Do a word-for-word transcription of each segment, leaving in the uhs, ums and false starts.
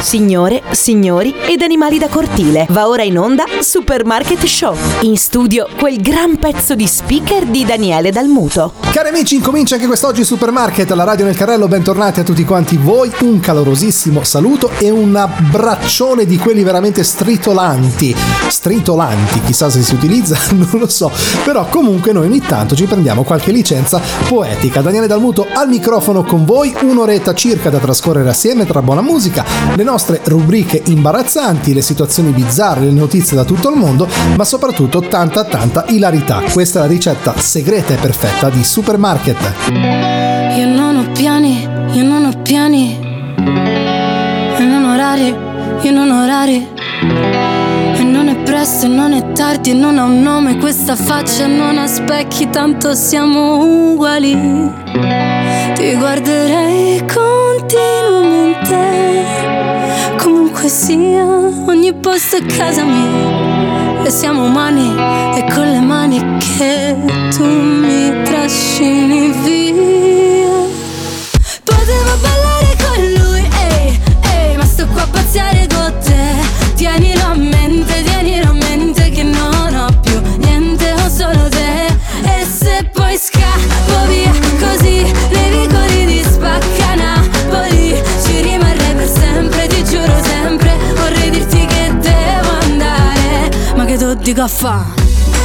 Signore, signori ed animali da cortile, va ora in onda Supermarket Show. In studio quel gran pezzo di speaker di Daniele Dalmuto. Cari amici, incomincia anche quest'oggi Supermarket, la radio nel carrello, bentornati a tutti quanti voi, un calorosissimo saluto e un abbraccione di quelli veramente stritolanti, stritolanti, chissà se si utilizza, non lo so, però comunque noi ogni tanto ci prendiamo qualche licenza poetica. Daniele Dalmuto al microfono con voi, un'oretta circa da trascorrere assieme tra buona musica, le nostre rubriche imbarazzanti, le situazioni bizzarre, le notizie da tutto il mondo, ma soprattutto tanta tanta ilarità. Questa è la ricetta segreta e perfetta di Supermarket. Io non ho piani, io non ho piani, e non orari, io non orari, e non è presto e non è tardi e non ha un nome questa faccia, non ha specchi, tanto siamo uguali. Ti guarderei continuamente, comunque sia, ogni posto è casa mia, e siamo umani e con le mani che tu mi trascini via. Potevo ballare con lui, ehi, ehi, ma sto qua a pazziare con te. Tienilo a mente, tienilo a mente che non ho più niente, ho solo te. E se poi scappo via così, nei vicoli di Spacca Napoli, ci rimarrei per sempre, ti giuro sempre. Vorrei dirti che devo andare, ma che tu dico a fa'?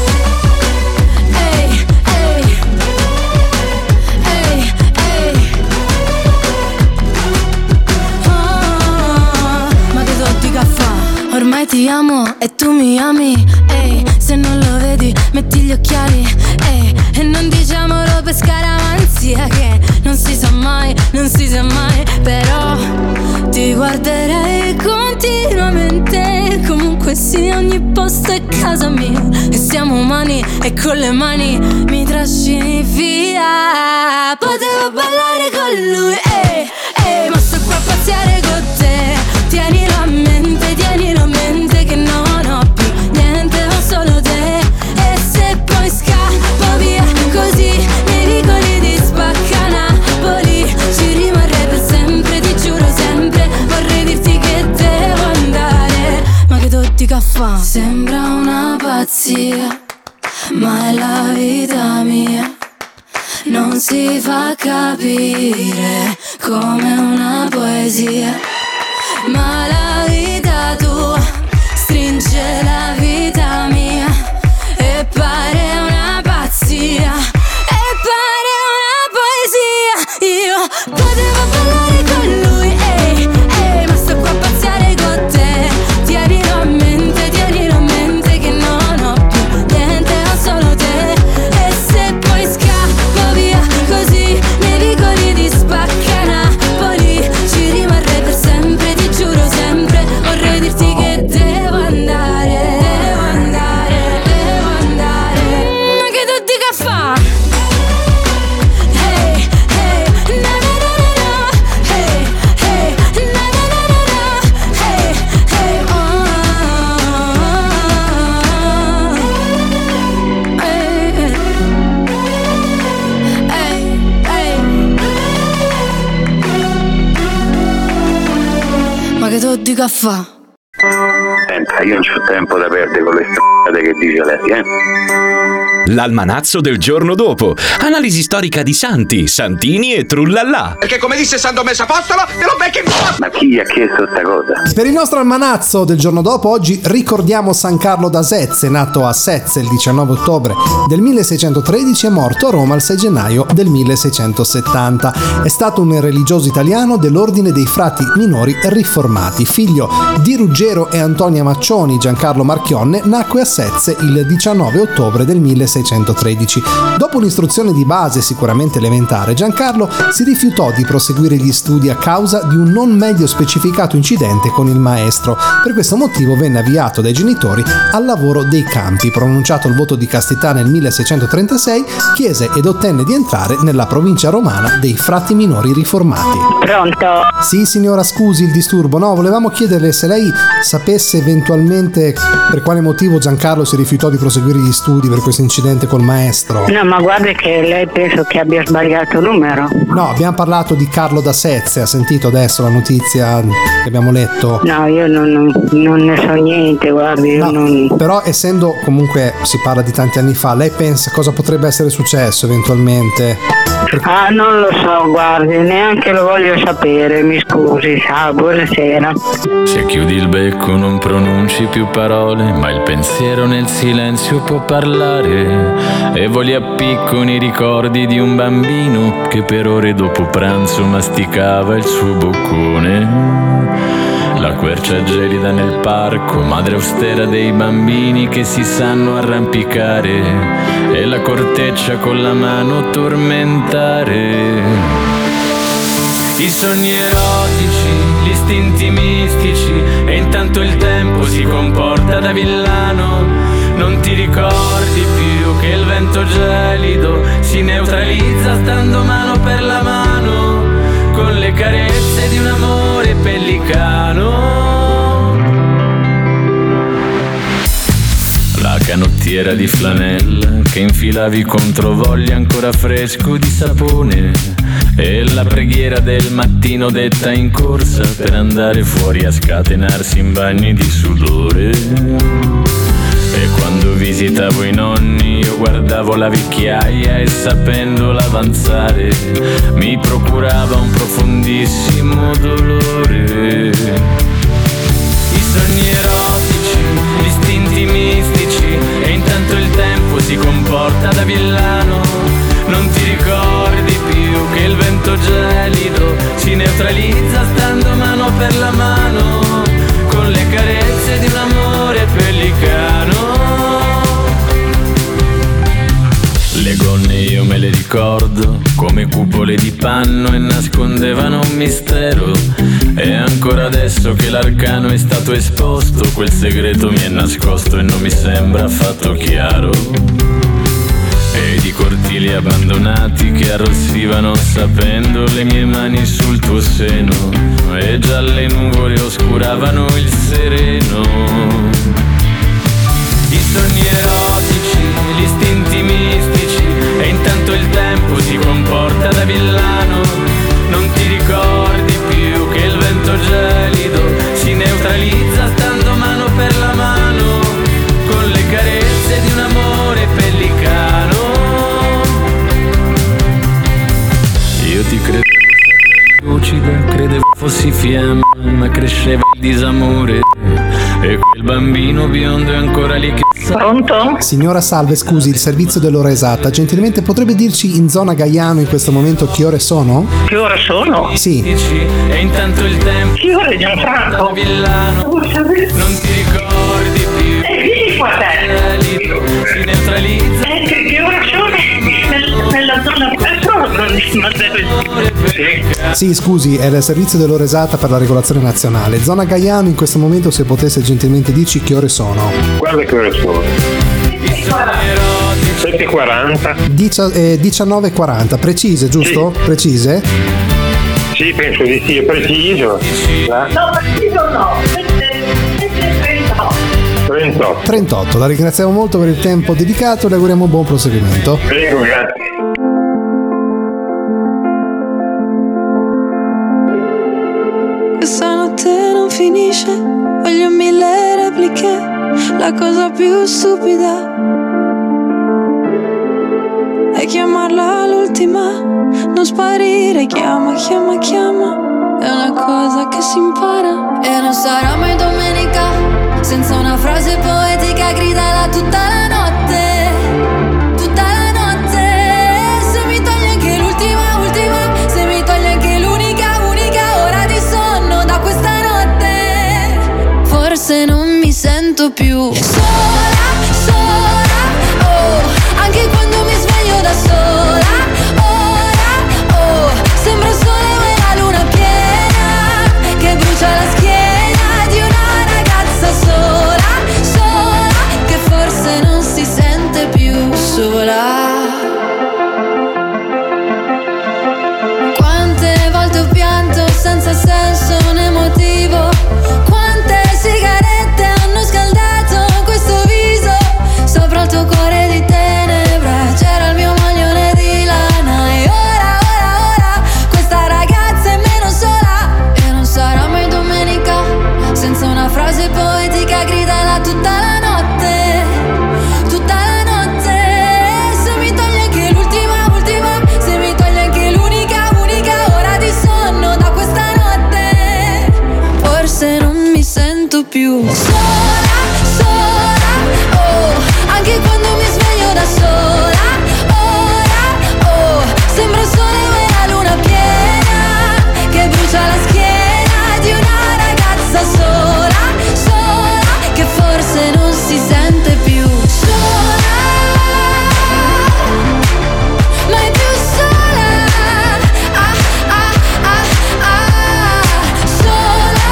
Ormai ti amo e tu mi ami, ehi, se non lo vedi metti gli occhiali, ehi, e non diciamolo per scaramanzia che non si sa mai, non si sa mai, però ti guarderei continuamente, comunque sia, ogni posto è casa mia, e siamo umani e con le mani mi trascini via. Potevo ballare con lui, ehi, ehi, ma sto qua a pazziare con te. Tienilo a mente, tienilo a mente che non ho più niente, ho solo te. E se poi scappo via così, nei vicoli di Spacca Napoli, ci rimarrei per sempre, ti giuro sempre. Vorrei dirti che devo andare, ma che tu dica fa'? Sembra una pazzia, ma è la vita mia. Non si fa capire come una poesia, ma la vita tua stringe la vita mia e pare una pazzia, e pare una poesia. Io potevo ballare con lui, ehi, ehi, ma sto qua a pazziare con te. Tienilo a mente, tienilo a mente che non ho più niente, ho solo te. E se poi scappo via così, nei vicoli di Spacca Napoli, ci rimarrei per sempre, ti giuro sempre. Vorrei dirti che devo andare, devo andare, devo andare, ma che tu dica fa'? Hey, hey, na na na na na, hey, hey, na na na na na, hey, hey, oh, hey, hey, hey. Ma che tu dica fa'? Senta, io non c'ho tempo da perdere con le stronzate che dice lei, eh? L'almanazzo del giorno dopo. Analisi storica di santi, santini e trullallà. Perché come disse San Tommaso Apostolo, te lo becchi in po'! Ma chi gli ha chiesto sta cosa? Per il nostro almanazzo del giorno dopo, oggi ricordiamo San Carlo d'Asezze, nato a Sezze il diciannove ottobre del milleseicentotredici e morto a Roma il sei gennaio del milleseicentosettanta. È stato un religioso italiano dell'ordine dei frati minori riformati. Figlio di Ruggero e Antonia Maccioni, Giancarlo Marchionne nacque a Sezze il diciannove ottobre del milleseicentotredici. Dopo un'istruzione di base sicuramente elementare, Giancarlo si rifiutò di proseguire gli studi a causa di un non meglio specificato incidente con il maestro. Per questo motivo venne avviato dai genitori al lavoro dei campi. Pronunciato il voto di castità nel milleseicentotrentasei, chiese ed ottenne di entrare nella provincia romana dei frati minori riformati. Pronto? Sì, signora, scusi il disturbo. No, volevamo chiederle se lei sapesse eventualmente per quale motivo Giancarlo si rifiutò di proseguire gli studi per questo incidente col maestro. No, ma guarda che lei penso che abbia sbagliato numero. No, abbiamo parlato di Carlo da Sezze, ha sentito adesso la notizia che abbiamo letto? No, io non, non, non ne so niente, guardi, io no, non... Però essendo comunque si parla di tanti anni fa, lei pensa cosa potrebbe essere successo eventualmente? Perché... Ah, non lo so, guardi, neanche lo voglio sapere, mi scusi. Ciao, buonasera. Se chiudi il becco non pronunci più parole, ma il pensiero nel silenzio può parlare, e voli a piccoli i ricordi di un bambino che per ore dopo pranzo masticava il suo boccone. La quercia gelida nel parco, madre austera dei bambini che si sanno arrampicare, e la corteccia con la mano tormentare. I sogni erotici, gli istinti mistici, e intanto il tempo si comporta da villano. Non ti ricordi più che il vento gelido si neutralizza stando mano per la mano, con le carezze di un amore pellicano. La canottiera di flanella che infilavi contro voglia ancora fresco di sapone, e la preghiera del mattino detta in corsa per andare fuori a scatenarsi in bagni di sudore. E quando visitavo i nonni io guardavo la vecchiaia e sapendola avanzare mi procurava un profondissimo dolore. I sogni erotici, gli istinti mistici, e intanto il tempo si comporta da villano. Non ti ricordi più che il vento gelido si neutralizza stando mano per la mano, con le carezze di un amore pellicano. Le gonne io me le ricordo come cupole di panno e nascondevano un mistero, e ancora adesso che l'arcano è stato esposto quel segreto mi è nascosto e non mi sembra affatto chiaro. Ed i cortili abbandonati che arrossivano sapendo le mie mani sul tuo seno, e già le nuvole oscuravano il sereno. I sogni erotici, gli istinti mistici, e intanto il tempo si comporta da villano. Non ti ricordi più che il vento gelido si neutralizza stando mano per la mano, con le carezze di un amore pellicano. Io ti credevo lucida, credevo fossi fiamma, ma cresceva il disamore, e quel bambino biondo è ancora lì che... Pronto? Signora salve, scusi, il servizio dell'ora esatta, gentilmente potrebbe dirci in zona Gaiano in questo momento che ore sono? Che ore sono? Sì. E intanto il tempo... Che ore, Gianfranco? Villano, non ti ricordi più. E vieni qua te. Si neutralizza. Eh, che, che ore sono? Nel, nella zona... Eh, proprio, ma deve... Sì, scusi, è il servizio dell'ora esatta per la regolazione nazionale. Zona Gaiano in questo momento, se potesse gentilmente dirci che ore sono. Guarda che ore sono. sette e quaranta. diciannove e quaranta, precise, giusto? Sì. Precise? Sì, penso di sì, è preciso. No, preciso no. trentotto. trentotto, la ringraziamo molto per il tempo dedicato e le auguriamo buon proseguimento. Prego, grazie. Questa notte non finisce, voglio mille repliche, la cosa più stupida è chiamarla l'ultima, non sparire, chiama, chiama, chiama, è una cosa che si impara. E non sarà mai domenica senza una frase poetica gridala tutta la notte, tutta la notte. Se mi togli anche l'ultima, ultima, se mi togli anche l'unica, unica ora di sonno da questa notte, forse non mi sento più sola, sola, oh, anche quando mi sveglio da sola, ora, oh, sembra il sole ma è la luna piena che brucia la schiena di una ragazza sola, sola, che forse non si sente più sola. Quante volte ho pianto senza senso né motivo, quante sigarette frase poetica gridala tutta la notte, tutta la notte. Se mi togli anche l'ultima, ultima, se mi togli anche l'unica, unica ora di sonno da questa notte, forse non mi sento più sola, sola, oh, anche quando mi sveglio da sola, ora, oh, sembra il sole ma è la luna piena che brucia la schiena di una ragazza sola, sola, che forse non si sente più sola, mai più sola, ah, ah, ah, ah, sola,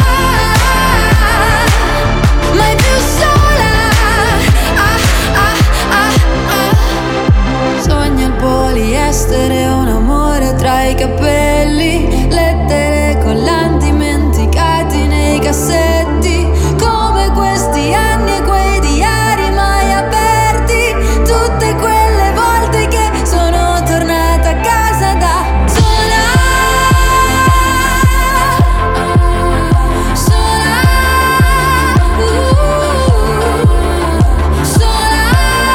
mai più sola, ah, ah, ah, ah. Sogna il poliestere, un amore tra i capelli, lettere collanti dimenticati nei cassetti, come questi anni e quei diari mai aperti, tutte quelle volte che sono tornata a casa da sola, sola, uh, sola,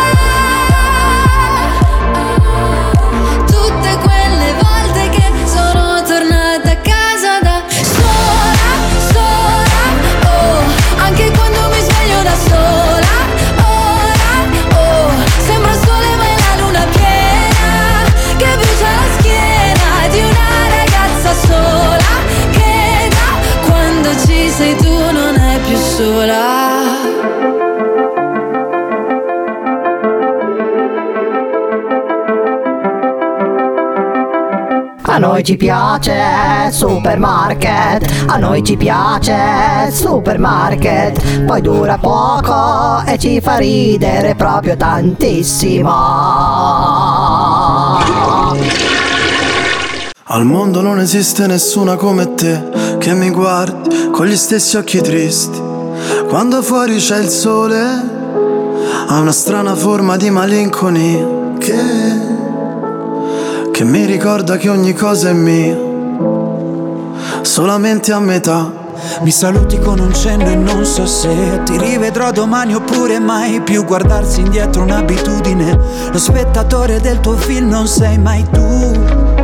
tutte quelle volte che sono tornata a casa da sola, sola, oh, anche quando mi sveglio da sola, ora, oh, sembra il sole ma è la luna piena che brucia la schiena di una ragazza sola, che da quando ci sei tu non è più sola. A noi ci piace Supermarket, a noi ci piace Supermarket, poi dura poco e ci fa ridere proprio tantissimo. Al mondo non esiste nessuna come te che mi guardi con gli stessi occhi tristi. Quando fuori c'è il sole ha una strana forma di malinconia che che mi ricorda che ogni cosa è mia, solamente a metà. Mi saluti con un cenno e non so se ti rivedrò domani oppure mai più. Guardarsi indietro un'abitudine, lo spettatore del tuo film non sei mai tu.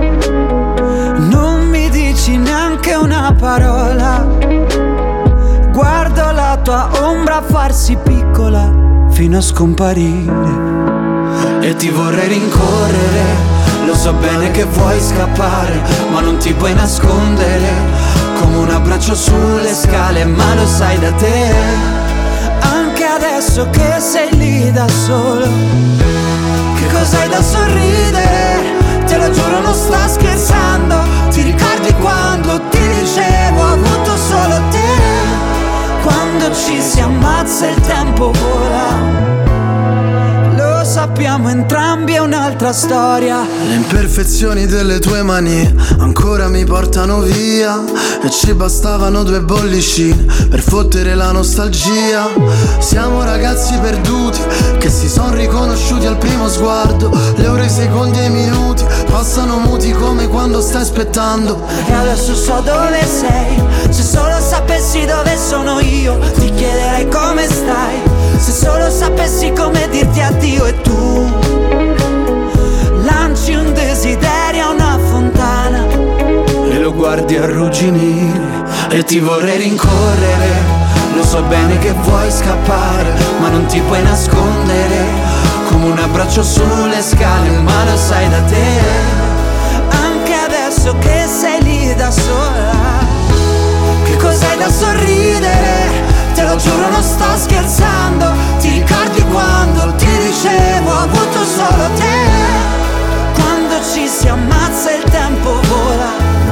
Non mi dici neanche una parola, guardo la tua ombra farsi piccola fino a scomparire. E ti vorrei rincorrere, lo so bene che vuoi scappare, ma non ti puoi nascondere, come un abbraccio sulle scale, ma lo sai da te. Anche adesso che sei lì da solo, che cos'hai da sorridere? Te lo giuro non sto scherzando. Ti ricordi quando ti dicevo ho avuto solo te? quando ci si ammazza il tempo vola. Sappiamo entrambi è un'altra storia. Le imperfezioni delle tue mani ancora mi portano via, e ci bastavano due bollicine per fottere la nostalgia. Siamo ragazzi perduti che si son riconosciuti al primo sguardo. Le ore, i secondi e i minuti passano muti come quando stai aspettando. E adesso so dove sei. Se solo sapessi dove sono io ti chiederei come stai. Se solo sapessi come dirti addio e tu lanci un desiderio a una fontana e lo guardi arrugginire. E ti vorrei rincorrere, lo so bene che vuoi scappare, ma non ti puoi nascondere, come un abbraccio sulle scale, ma lo sai da te. Anche adesso che sei lì da sola, che cos'hai da sorridere? Te lo giuro non sto scherzando. Ti ricordi quando ti dicevo ho avuto solo te? Quando ci si ammazza il tempo vola.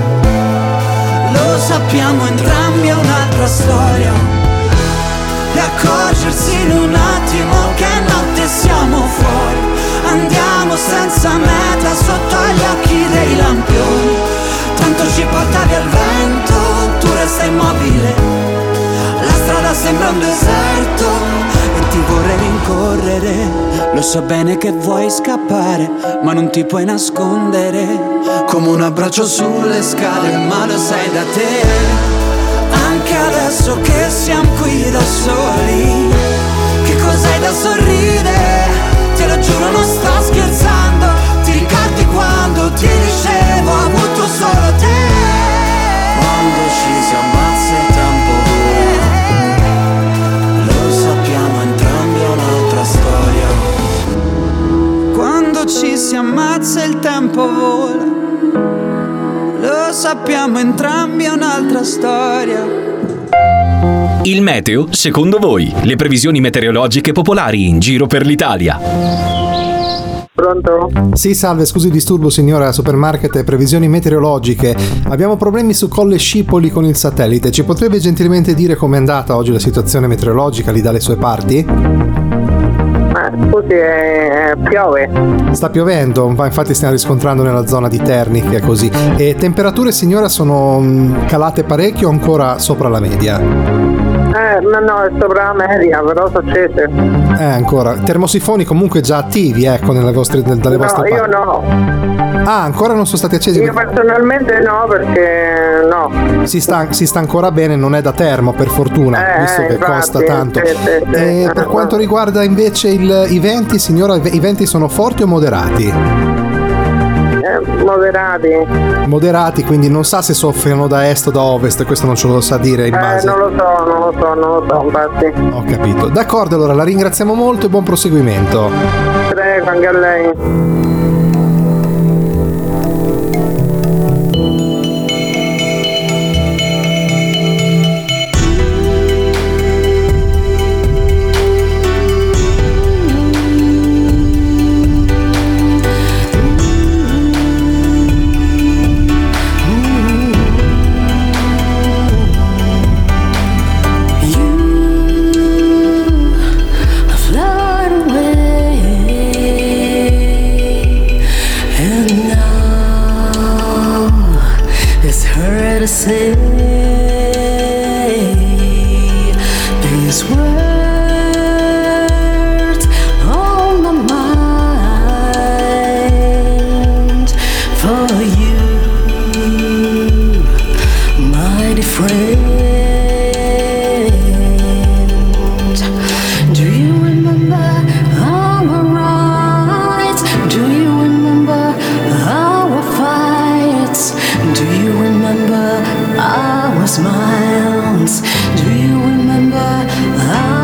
Lo sappiamo entrambi è un'altra storia. E accorgersi in un attimo che notte siamo fuori. Andiamo senza meta sotto gli occhi dei lampioni. Tanto ci portavi al vento, tu resta immobile. La strada sembra un deserto e ti vorrei rincorrere. Lo so bene che vuoi scappare, ma non ti puoi nascondere, come un abbraccio sulle scale, ma lo sai da te. Anche adesso che siamo tempo vola, lo sappiamo entrambi, è un'altra storia. Il meteo, secondo voi? Le previsioni meteorologiche popolari in giro per l'Italia. Pronto? Sì, salve, scusi il disturbo signora, Supermarket e previsioni meteorologiche. Abbiamo problemi su Colle Scipoli con il satellite. Ci potrebbe gentilmente dire com'è andata oggi la situazione meteorologica lì dalle sue parti? Scusi, eh, piove. Sta piovendo, ma infatti stiamo riscontrando nella zona di Terni che è così. E temperature signora sono mh, calate parecchio o ancora sopra la media? Eh, no, no, è sopra la media, però sono accese. Eh, ancora. Termosifoni comunque già attivi, ecco, nelle vostre, dalle no, vostre parti. No, io no. Ah, ancora non sono stati accesi? Io personalmente no, perché no. Si sta, si sta ancora bene, non è da termo, per fortuna, eh, visto che infatti, costa tanto. Sì, sì, sì. E per quanto riguarda invece il, i venti, signora, i venti sono forti o moderati? Eh, moderati. Moderati, quindi non sa se soffiano da est o da ovest, questo non ce lo sa dire in base. Eh, non lo so, non lo so, non lo so, infatti. Ho capito. D'accordo, allora la ringraziamo molto e buon proseguimento. Prego, anche a lei. To say these words on my mind for you, my dear friend. Do you remember our rights? Do you remember our fights? Do you remember our smiles? Do you remember our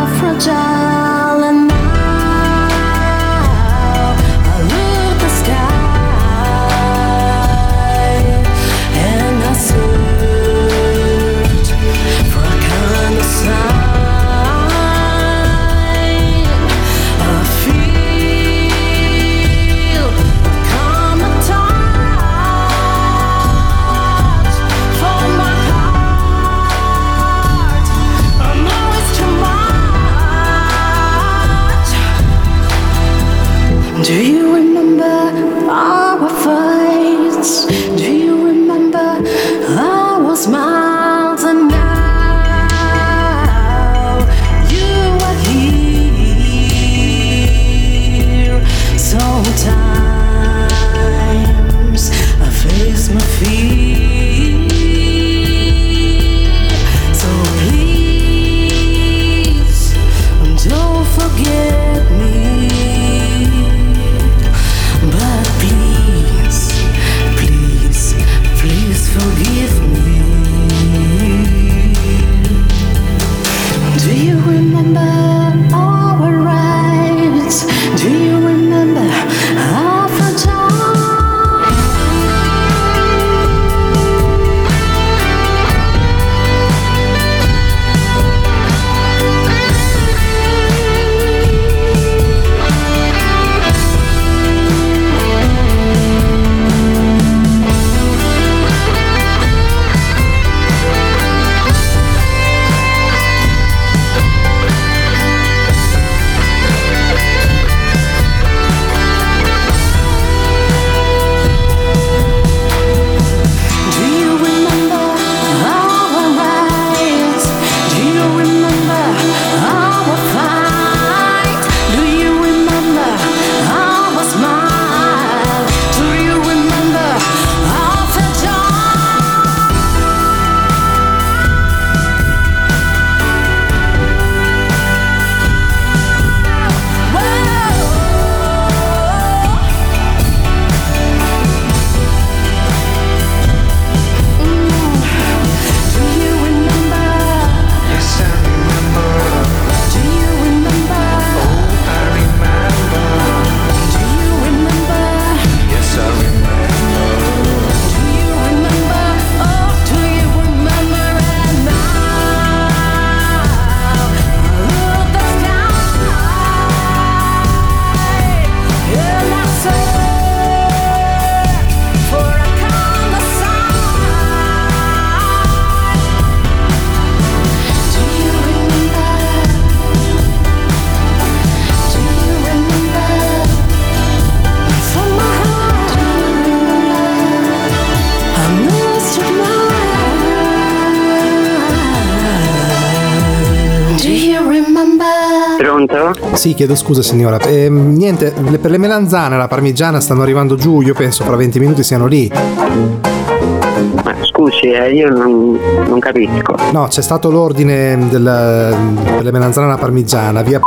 Pronto? Sì, chiedo scusa signora. Eh, niente, le- per le melanzane la parmigiana stanno arrivando giù, io penso fra venti minuti siano lì. Ma scusi, eh, io non, non capisco. No, c'è stato l'ordine del, per le melanzane alla parmigiana, via.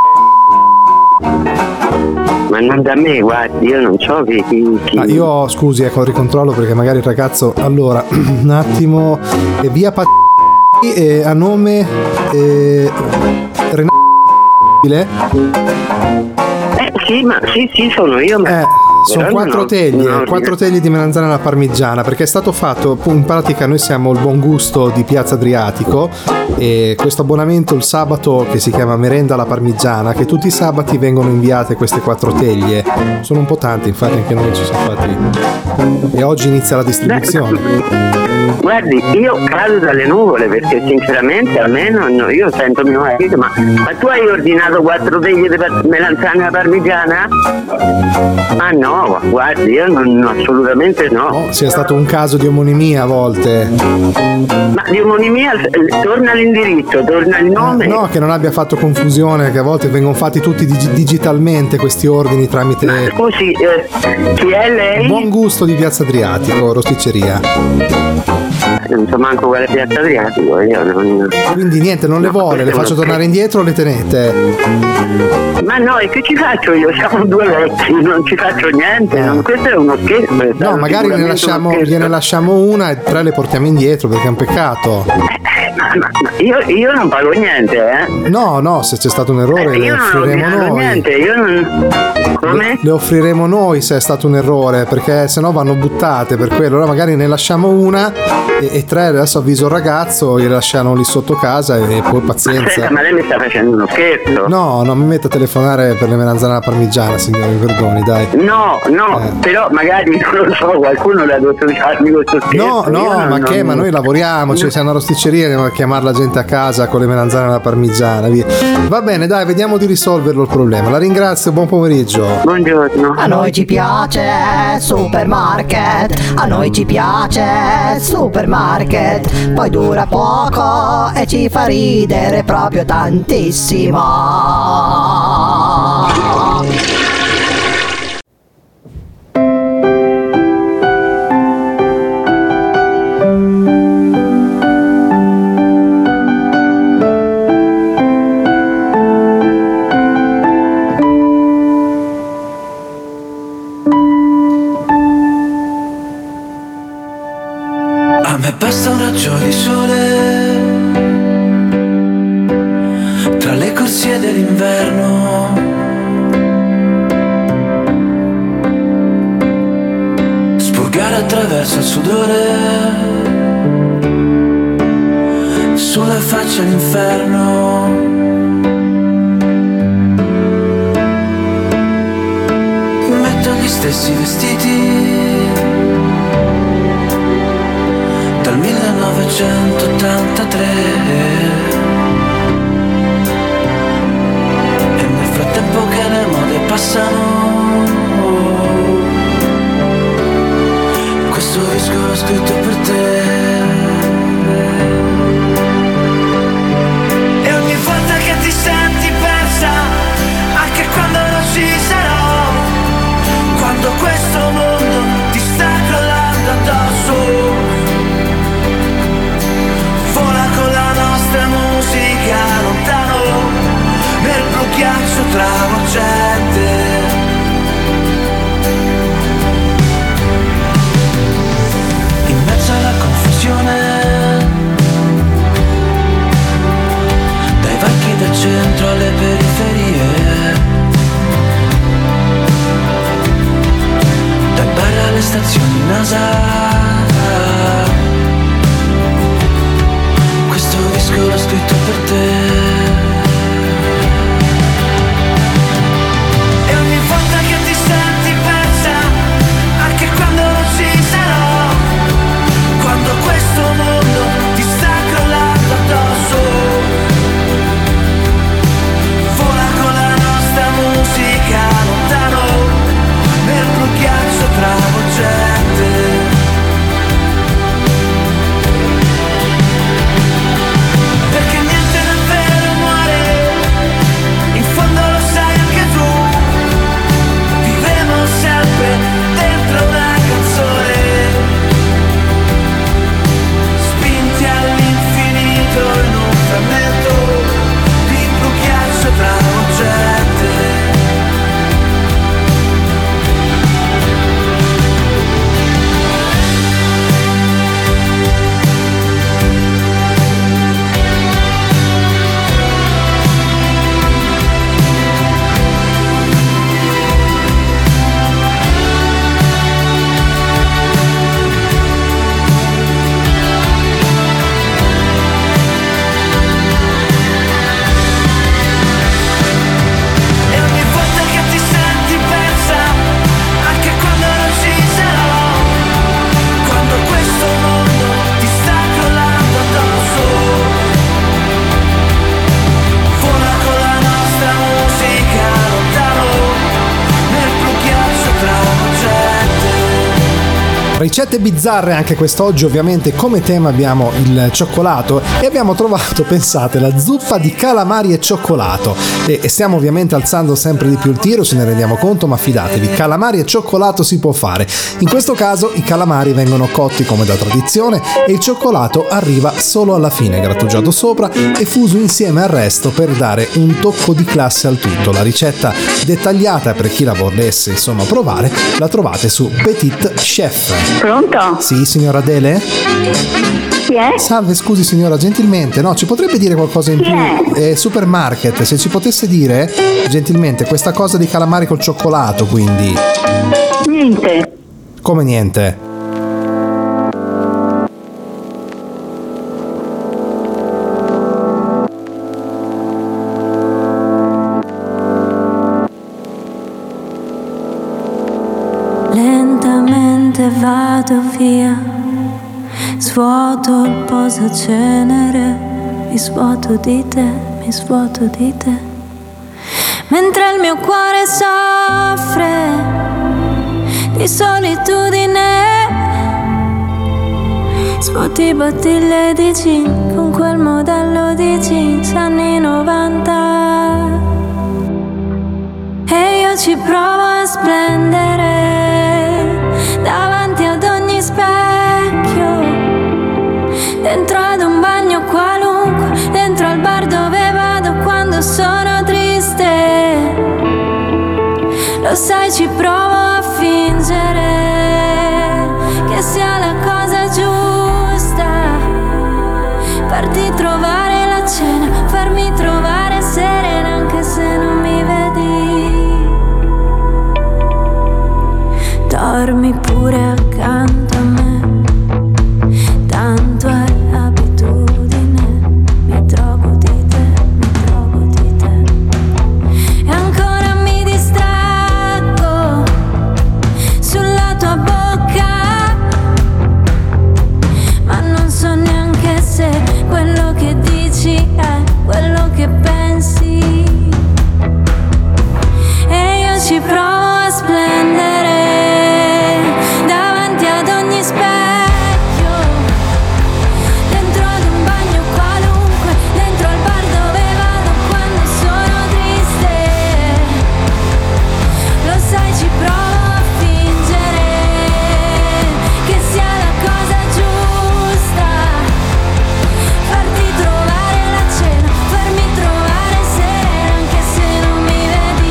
Ma non da me, guardi, io non so chi... chi, chi... Ah, io scusi, ecco, ricontrollo perché magari il ragazzo. Allora, un attimo, eh, via Pat e a nome eh, Renato. Eh sì, ma sì, sì, sono io, ma... Eh, sono quattro no, teglie, no, quattro teglie di melanzane alla parmigiana, perché è stato fatto, in pratica noi siamo il Buon Gusto di Piazza Adriatico e questo abbonamento il sabato che si chiama Merenda alla Parmigiana, che tutti i sabati vengono inviate queste quattro teglie, sono un po' tante, infatti anche noi ci siamo fatti e oggi inizia la distribuzione. Guardi, io cado dalle nuvole perché sinceramente almeno no, io sento mio marito, ma, ma tu hai ordinato quattro teglie di par- melanzane alla parmigiana? Ma no, guardi, io non, no, assolutamente no. No, sia stato un caso di omonimia a volte. Ma di omonimia eh, torna l'indirizzo, torna il nome. No, che non abbia fatto confusione, che a volte vengono fatti tutti dig- digitalmente questi ordini tramite. Ma scusi, eh, chi è lei? Buon Gusto di Piazza Adriatico, rosticceria. Non so manco quale Piazza Adriatico, io non... Quindi niente, non le No, vuole, le questo faccio non- tornare indietro o le tenete? Ma no, e che ci faccio io? Siamo due vecchi, non ci faccio niente, non- questo è uno scherzo. è No, stato magari ne sicuramente lasciamo, uno scherzo. gliene lasciamo una e tre le portiamo indietro perché è un peccato. Ma, ma- ma io, io non pago niente, eh? No, no, se c'è stato un errore Eh, le io non ho offriremo ordinato noi. niente, io non... Come? Le offriremo noi se è stato un errore, perché sennò vanno buttate per quello. Allora magari ne lasciamo una e, e tre adesso avviso il ragazzo, gliele lasciamo lì sotto casa e, e poi pazienza. Aspetta, ma lei mi sta facendo uno scherzo? No, non mi metta a telefonare per le melanzane alla parmigiana, signore, mi perdoni, dai. No, no, Eh. però magari, non lo so, qualcuno le ha detto di farmi questo scherzo. No, Io no, non- ma che? non- Ma noi lavoriamo, cioè siamo una rosticceria, andiamo a chiamare la gente a casa con le melanzane alla parmigiana, via. Va bene, dai, vediamo di risolverlo il problema. La ringrazio, buon pomeriggio. Buongiorno. A noi ci piace Supermarket, a noi ci piace Supermarket, poi dura poco e ci fa ridere proprio tantissimo. A me basta un raggio di sole tra le corsie dell'inverno, spurgare attraverso il sudore sulla faccia l'inferno. Metto gli stessi vestiti dal millenovecentottantatré e nel frattempo che le mode passano, questo disco l'ho scritto per te. E ogni volta che ti senti persa, anche quando non ci sarò, quando questo mondo ti sta crollando addosso, vola con la nostra musica Ricette bizzarre anche quest'oggi, ovviamente come tema abbiamo il cioccolato e abbiamo trovato, pensate, la zuppa di calamari e cioccolato e, e stiamo ovviamente alzando sempre di più il tiro, ce ne rendiamo conto, ma fidatevi, calamari e cioccolato si può fare. In questo caso i calamari vengono cotti come da tradizione e il cioccolato arriva solo alla fine, grattugiato sopra e fuso insieme al resto per dare un tocco di classe al tutto. La ricetta dettagliata per chi la volesse insomma provare la trovate su Petit Chef. Pronto? Sì, signora Adele? Chi è? Salve, scusi signora, gentilmente, no, ci potrebbe dire qualcosa in Chi più? è? Eh, supermarket, se ci potesse dire gentilmente questa cosa di calamari col cioccolato, quindi. Niente. Come niente? Lentamente vado via, svuoto il posacenere, mi svuoto di te, mi svuoto di te, mentre il mio cuore soffre di solitudine. Svuoti bottiglie di gin con quel modello di jeans anni novanta e io ci provo a splendere davanti ad ogni specchio, dentro ad un bagno qualunque, dentro al bar dove vado quando sono triste. Lo sai, ci provo a fingere che sia la cosa giusta, farti trovare la cena, farmi trovare serena anche se non mi vedi. Dormi pure accanto a me, tanto è abitudine, mi drogo di te, mi drogo di te. E ancora mi distraggo sulla tua bocca, ma non so neanche se quello che dici è quello che pensi. E io ci provo a splendere davanti ad ogni specchio, dentro ad un bagno qualunque, dentro al bar dove vado quando sono triste. Lo sai, ci provo a fingere che sia la cosa giusta, farti trovare la cena, farmi trovare serena anche se non mi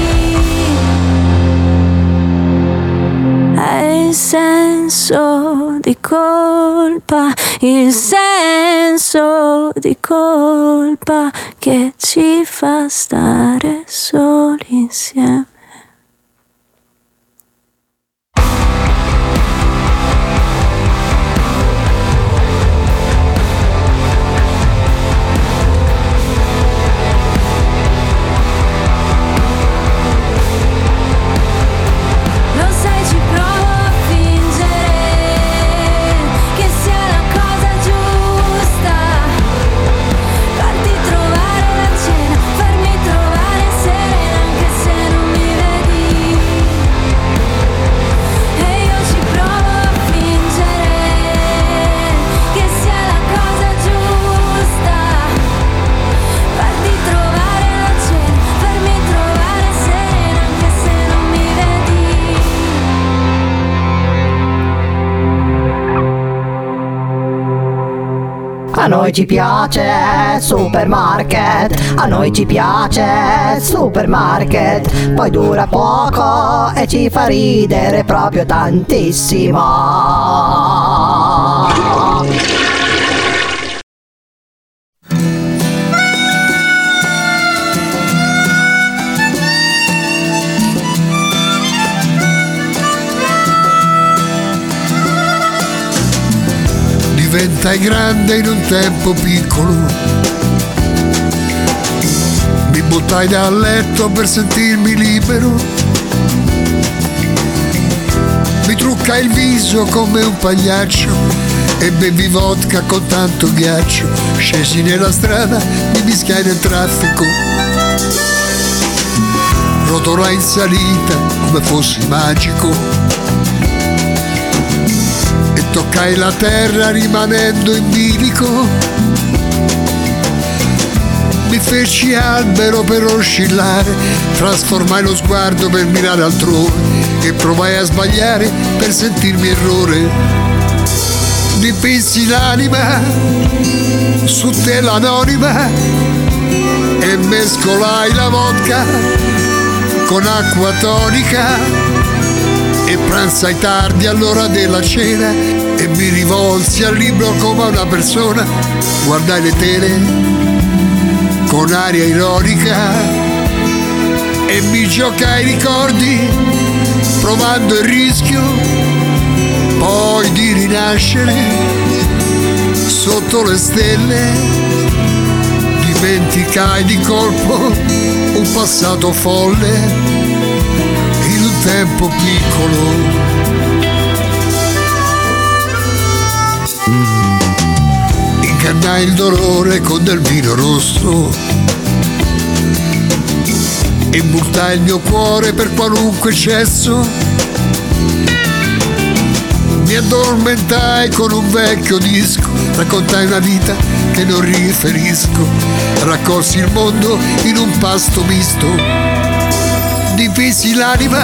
vedi. Hai il senso di colpa, il senso di colpa che ci fa stare soli insieme. Lo sai, ci provo a fingere che sia la cosa giusta, farti trovare la cena, farmi trovare serena anche se non mi vedi. E io ci provo a fingere che sia la cosa giusta, farti trovare la cena, farmi trovare serena anche se non mi vedi. A noi ci piace Supermarket, a noi ci piace Supermarket, poi dura poco e ci fa ridere proprio tantissimo. Diventai grande in un tempo piccolo, mi buttai dal letto per sentirmi libero, mi truccai il viso come un pagliaccio e bevi vodka con tanto ghiaccio, scesi nella strada, mi mischiai nel traffico, rotolai in salita come fossi magico. toccai la terra rimanendo in bilico. Mi feci albero per oscillare, trasformai lo sguardo per mirare altrove e provai a sbagliare per sentirmi errore. Dipinsi l'anima su tela anonima e mescolai la vodka con acqua tonica e pranzai tardi all'ora della cena e mi rivolsi al libro come a una persona, guardai le tele con aria ironica e mi giocai i ricordi provando il rischio poi di rinascere sotto le stelle. Dimenticai di colpo un passato folle in un tempo piccolo. Ingannai il dolore con del vino rosso e buttai il mio cuore per qualunque eccesso. Mi addormentai con un vecchio disco, raccontai una vita che non riferisco, raccolsi il mondo in un pasto misto, dipinsi l'anima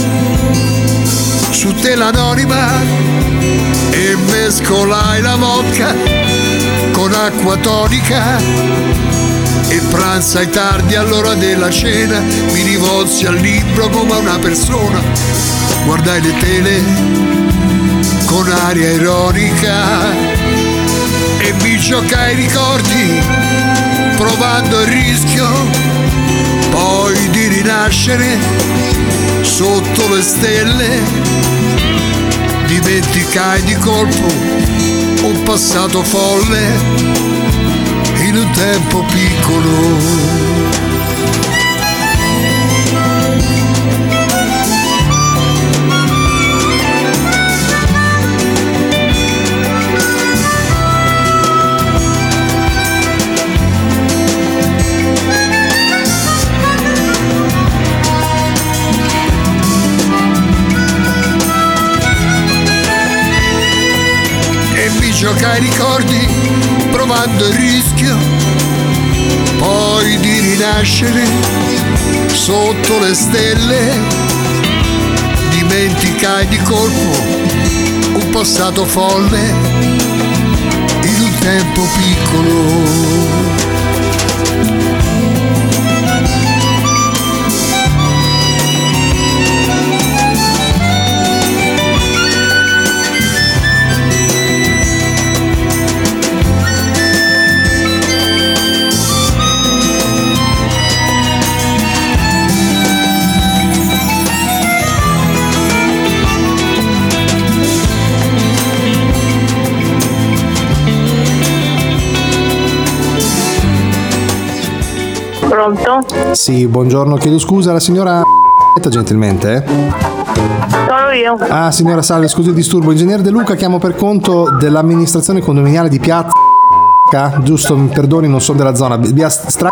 su tela anonima e mescolai la vodka con acqua tonica e pranzai tardi all'ora della cena. Mi rivolsi al libro come a una persona, guardai le tele con aria ironica e mi giocai i ricordi provando il rischio poi di rinascere sotto le stelle. Dimenticai di colpo un passato folle in un tempo piccolo. Giocai i ricordi provando il rischio poi di rinascere sotto le stelle. Dimenticai di colpo un passato folle in un tempo piccolo. Pronto? Sì, buongiorno, chiedo scusa, la signora gentilmente? Sono io. Ah, signora, salve, scusi il disturbo. Ingegnere De Luca, chiamo per conto dell'amministrazione condominiale di Piazza, giusto, mi perdoni, non sono della zona, via Stra...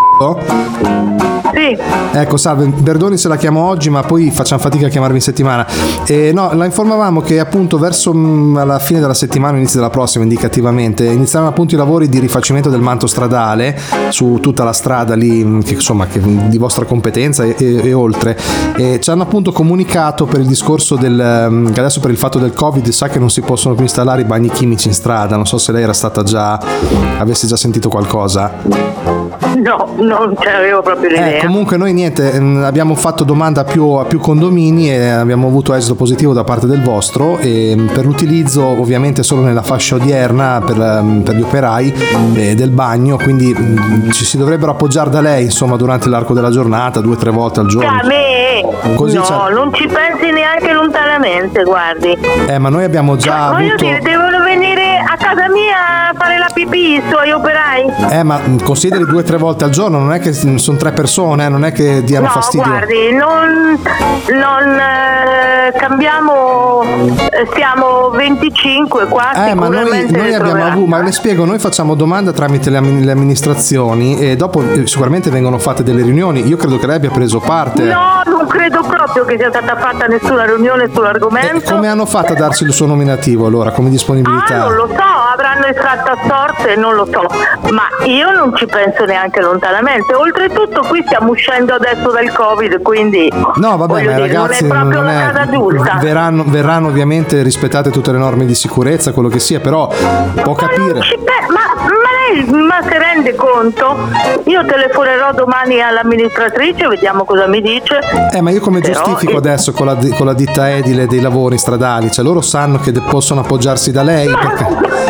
Sì. Ecco, salve, perdoni se la chiamo oggi, ma poi facciamo fatica a chiamarvi in settimana. Eh, no, la informavamo che appunto verso mh, alla fine della settimana, inizio della prossima indicativamente, inizieranno appunto i lavori di rifacimento del manto stradale su tutta la strada lì, mh, che insomma che, di vostra competenza e, e, e oltre. E ci hanno appunto comunicato per il discorso del, mh, che adesso per il fatto del Covid sa che non si possono più installare i bagni chimici in strada. Non so se lei era stata già, avesse già sentito qualcosa. No, non ce l'avevo proprio l'idea. Eh, comunque noi niente, abbiamo fatto domanda a più, a più condomini e abbiamo avuto esito positivo da parte del vostro, e per l'utilizzo ovviamente solo nella fascia odierna per, per gli operai eh, del bagno, quindi mh, ci si dovrebbero appoggiare da lei insomma durante l'arco della giornata, due o tre volte al giorno. A me? Così no, c'è... non ci pensi neanche lontanamente, guardi. Eh, ma noi abbiamo già Voglio avuto... dire, devono venire a casa mia a fare la pipì, i suoi operai? Eh, ma consideri due o tre volte al giorno, non è che sono tre persone, eh, non è che diano No, fastidio. guardi, non, non eh, cambiamo, eh, siamo venticinque qua, Eh, ma noi, sicuramente noi le abbiamo troverà. avuto, ma le spiego, noi facciamo domanda tramite le, am- le amministrazioni e dopo eh, sicuramente vengono fatte delle riunioni. Io credo che lei abbia preso parte. No, non credo proprio che sia stata fatta nessuna riunione sull'argomento. E come hanno fatto a darsi il suo nominativo allora, come disponibilità? Ah, non lo so, avranno estratto a sorte, non lo so, ma io non ci penso neanche lontanamente. Oltretutto qui stiamo uscendo adesso dal Covid, quindi No, vabbè, voglio ma dire, ragazzi, non è proprio non la è- casa giusta. verranno, verranno ovviamente rispettate tutte le norme di sicurezza, quello che sia, però può capire. Ci pe- ma, ma lei ma si rende conto? Io telefonerò domani all'amministratrice, vediamo cosa mi dice. Eh, ma io come Però, giustifico eh, adesso con la, con la ditta edile dei lavori stradali? Cioè loro sanno che de- possono appoggiarsi da lei perché...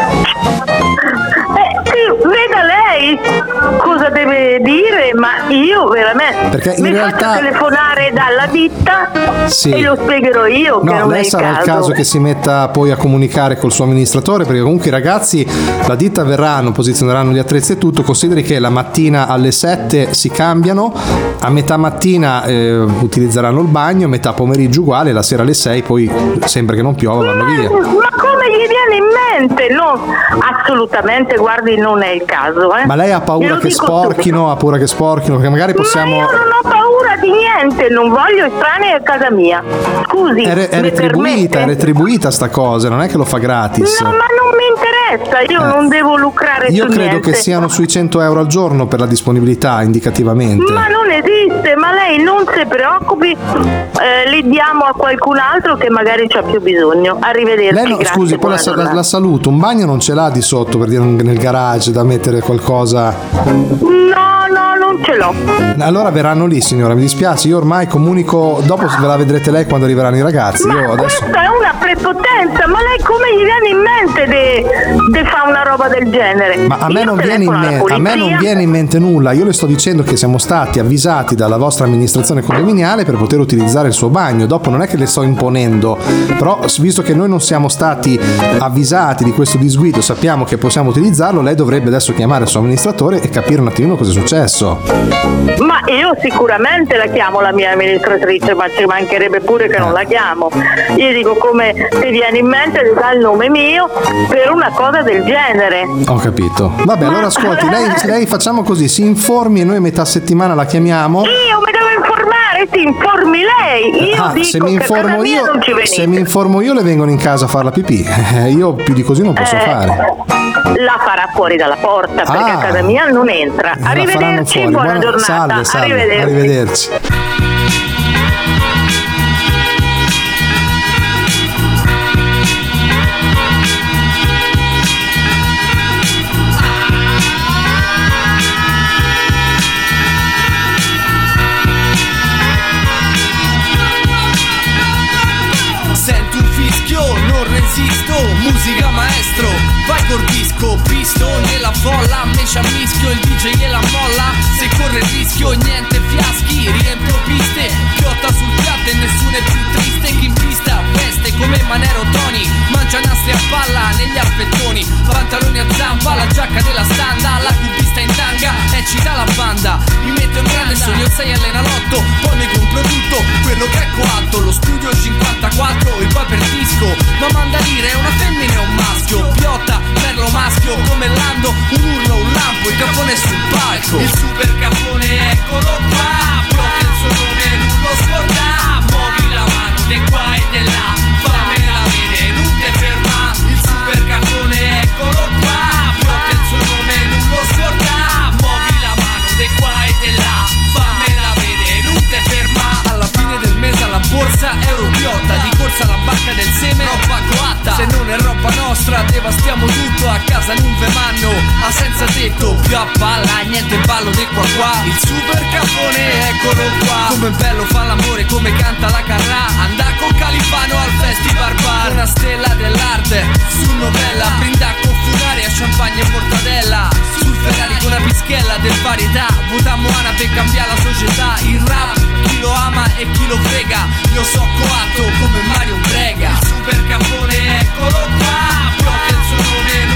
Eh, sì, veda lei cosa deve dire, ma io veramente Perché in mi realtà- faccio telefonare dalla ditta Sì. e lo spiegherò io che No, non è lei il sarà caso. il caso che si metta poi a comunicare col suo amministratore, perché comunque i ragazzi, la ditta verranno, posizioneranno gli attrezzi e tutto. Consideri che la mattina alle sette si cambiano, a metà mattina eh, utilizzeranno il bagno, metà pomeriggio uguale, la sera alle sei poi sempre che non piova vanno via. Ma come gli viene in mente? No, assolutamente, guardi, non è il caso. Eh. Ma lei ha paura Glielo che dico sporchino, ha paura che sporchino, perché magari possiamo... subito. Non ho paura di niente, non voglio estranei a casa mia. Scusi, È, re- è mi retribuita, è permette? retribuita sta cosa, non è che lo fa gratis. No, ma non mi interessa, io Eh. non devo lucrare Io su credo niente. che siano sui cento euro al giorno per la disponibilità, indicativamente. Ma non esiste, ma lei non si preoccupi, eh, li diamo a qualcun altro che magari c'ha più bisogno. Arrivederci. Lei no, grazie, scusi, poi la, buona sa- la- giornata. la saluto, un bagno non ce l'ha di sotto per dire un- nel garage da mettere qualcosa. No, no, non ce l'ho. Allora verranno lì, signora, mi dispiace, io ormai comunico, dopo ve la vedrete lei quando arriveranno i ragazzi. Io adesso... Questa è una prepotenza, ma lei come gli viene in mente di fare una roba del genere? Ma a me, Io non viene in telefono alla mente, a me non polizia. viene in mente nulla, io le sto dicendo che siamo stati avvisati dalla vostra amministrazione condominiale per poter utilizzare il suo bagno, dopo non è che le sto imponendo, però visto che noi non siamo stati avvisati di questo disguido, sappiamo che possiamo utilizzarlo, lei dovrebbe adesso chiamare il suo amministratore e capire un attimino cosa è successo. Ma io sicuramente la chiamo la mia amministratrice, ma ci mancherebbe pure che non la chiamo. Io dico come ti viene in mente di dare il nome mio per una cosa del genere. Ho capito. Vabbè, allora ascolti, lei, lei facciamo così, si informi e noi a metà settimana la chiamiamo. Io mi devo informare, si informi lei. Io Ah, dico se mi che a casa informo mia io, non ci venite. se mi informo io le vengono in casa a fare la pipì. Eh, io più di così non posso Eh, fare. La farà fuori dalla porta perché Ah. a casa mia non entra. La faranno Arrivederci, fuori. buona Buona- giornata. Salve, salve. Arrivederci. Arrivederci. Sento un fischio, non resisto, musica maestro, vai col disco, pisto nella folla, me ci ammischio, il D J e la molla, se corre il rischio, niente fiaschi, riempio piste, piotta sul piatto e nessuno è più triste, chi in pista veste come Manero Tony, mangia nastri a palla negli affettoni, pantaloni a zampa, la giacca della standa, la cubista in tanga e ci dà la banda, mi metto in grande sogno sei all'enalotto, poi mi compro tutto quello che è coatto, lo studio cinquantaquattro e poi per disco, ma manda dire è una femmina e un maschio, piotta, merlo maschio, come Lando, un urlo, un lampo, il capone sul palco, il super capone eccolo qua, piotta il suo nome, non lo scorda, muovi la mano di qua e di là, fammela vedere, non te ferma, il super capone eccolo qua, piotta il suo nome, non lo scorda, muovi la mano di qua e di là, fammela vedere, non te ferma, alla fine del mese alla borsa euro piotta, di corsa alla banca del seme, roba coatta, se non è roba nostra devastiamo tutto, a casa non ve manno, a senza tetto, più a palla, niente ballo di qua qua, il super capone eccolo qua, come bello fa l'amore, come canta la Carrà, andà con Califano al festival bar, una stella dell'arte, su novella, brinda con funaria, champagne e mortadella, sul Ferrari con una pischella del varietà, votammo Ana per cambiare la società, il rap, chi lo ama e chi lo frega, io so coatto come Mario Brega, il super capone eccolo qua, proprio il suo nome non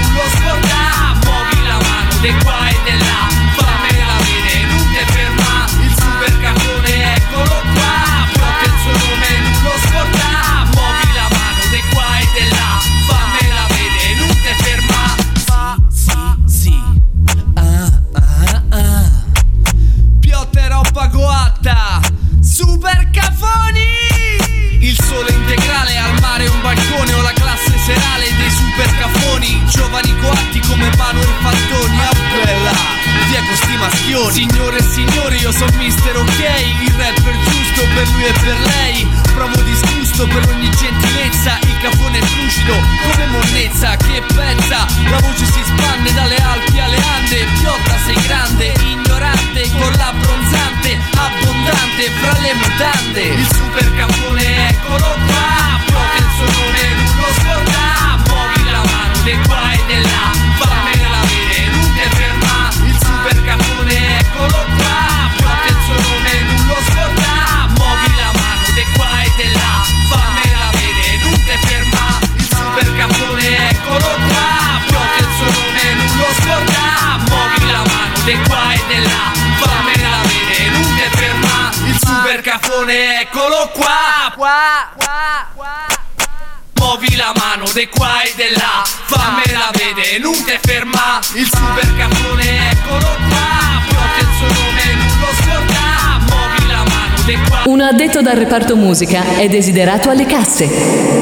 scordare. Muovi la mano di qua e di là, fammela vedere, non te ferma. Il super cafone eccolo qua, porta il suo nome, non lo scordare. Muovi la mano di qua e di là, fammela vedere, non te ferma. Sì, sì, sì. Ah, ah, ah. Piotta roba coatta, super cafoni. Il sole integrale al mare, un balcone o la classe serale dei super cafoni. Giovani coatti come Manuel Fantoni, ah bella, Diego sti maschioni. Signore e signori, io sono mister Ok, il rapper giusto per lui e per lei. Provo disgusto per ogni gentilezza, il cafone è lucido come monnezza. Che pezza, la voce si spande dalle Alpi alle Ande. Piotta sei grande, ignorante, con l'abbronzante, abbondante fra le mutande. Il super cafone eccolo qua, proprio il suo nome non lo scorda. Muovi la mano di qua e di là, fammela vedere, non te ferma. Il super cafone eccolo qua, proprio il suo nome non lo scorda. Muovi la mano di qua e di là, fammela vedere, non te ferma. Il super cafone eccolo qua, proprio il suo nome non lo scorda. Muovi la mano di qua e di là, fammela vedere, non te ferma. Il super cafone eccolo qua, qua, qua, qua. Muovi la mano di qua e di là, fammela vedere, non te ferma. Il super cafone eccolo qua, proprio il suo nome non lo scorda. Muovi la mano di qua. Un addetto dal reparto musica è desiderato alle casse.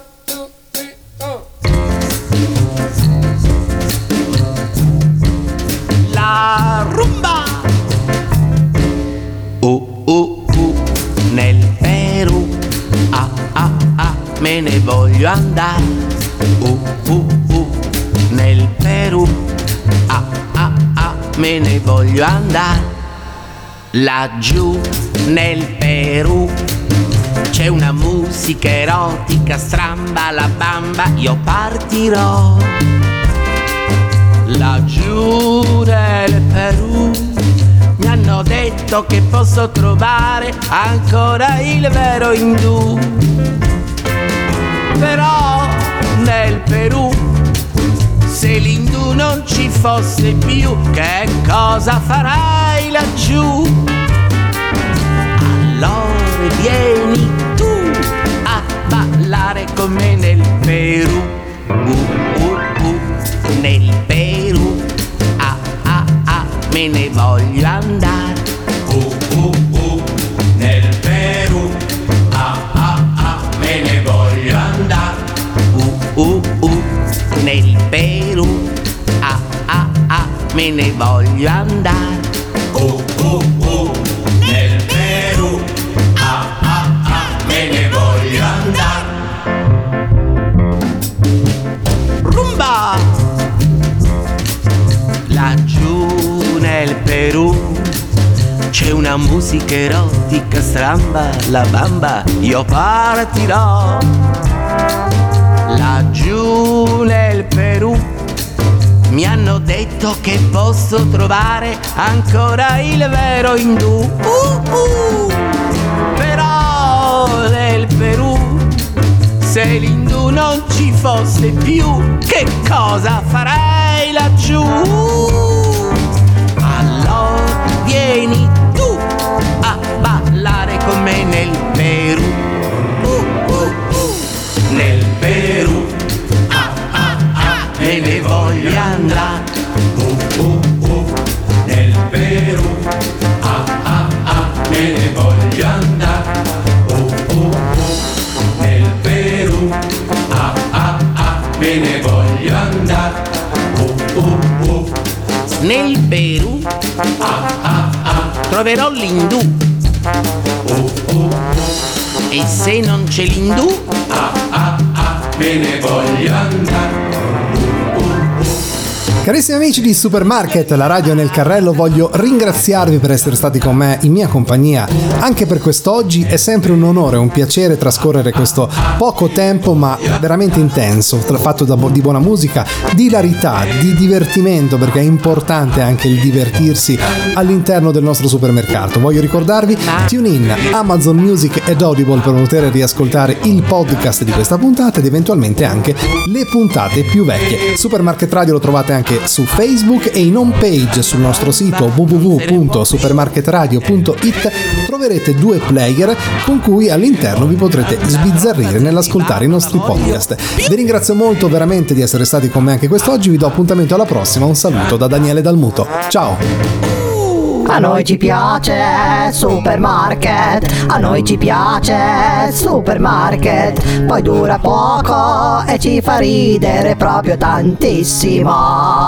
La rumba. Uh, uh, uh, nel Perù. Ah, ah, ah, me ne voglio andare. Uh, uh, uh, nel Perù. Ah, ah, ah, me ne voglio andare. Laggiù nel Perù c'è una musica erotica, stramba la bamba, io partirò. Laggiù nel Perù mi hanno detto che posso trovare ancora il vero indù. Però nel Perù, se l'indù non ci fosse più, che cosa farai laggiù? Allora vieni tu a ballare con me nel Perù. Uh, uh, uh, nel Perù. Ah, ah, ah, me ne voglio andare. Uh, uh, uh, nel Perù. Ah, ah, ah, me ne voglio andare. Uh, uh, uh, nel Perù. Ah, ah, ah, me ne voglio andare. Uh, uh, uh, nel Perù. Ah, ah, ah, me ne voglio andare. Rumba! Laggiù nel Perù c'è una musica erotica, stramba la bamba, io partirò. Laggiù nel Perù mi hanno detto che posso trovare ancora il vero indù. Uh, uh. Però nel Perù, se l'indù non ci fosse più, che cosa farei laggiù? Allora vieni tu a ballare con me nel Perù. Uh, uh, uh. Nel Perù. Ah, ah, ah, me ne voglio andare. Uh, uh, uh. Nel Perù. Ah, ah, ah, me ne voglio andare. Uh, uh, uh. Nel Perù. Ah, ah, ah, me ne voglio andare. Uh, uh, uh. Nel Perù. Ah, ah, ah, troverò l'indù. Uh, uh, uh. E se non c'è l'indù, ah, ah, ah, me ne voglio andare. Uh, uh, uh. Carissimi amici di Supermarket, la radio nel carrello, voglio ringraziarvi per essere stati con me in mia compagnia anche per quest'oggi. È sempre un onore, un piacere trascorrere questo poco tempo ma veramente intenso, fatto da, di buona musica, di hilarità, di divertimento, perché è importante anche il divertirsi all'interno del nostro supermercato. Voglio ricordarvi TuneIn, Amazon Music ed Audible per poter riascoltare il podcast di questa puntata ed eventualmente anche le puntate più vecchie. Supermarket Radio lo trovate anche su Facebook e in home page sul nostro sito w w w punto supermarketradio punto i t troverete due player con cui all'interno vi potrete sbizzarrire nell'ascoltare i nostri podcast. Vi ringrazio molto veramente di essere stati con me anche quest'oggi, vi do appuntamento alla prossima, un saluto da Daniele Dalmuto, ciao! A noi ci piace Supermarket, a noi ci piace Supermarket, poi dura poco e ci fa ridere proprio tantissimo.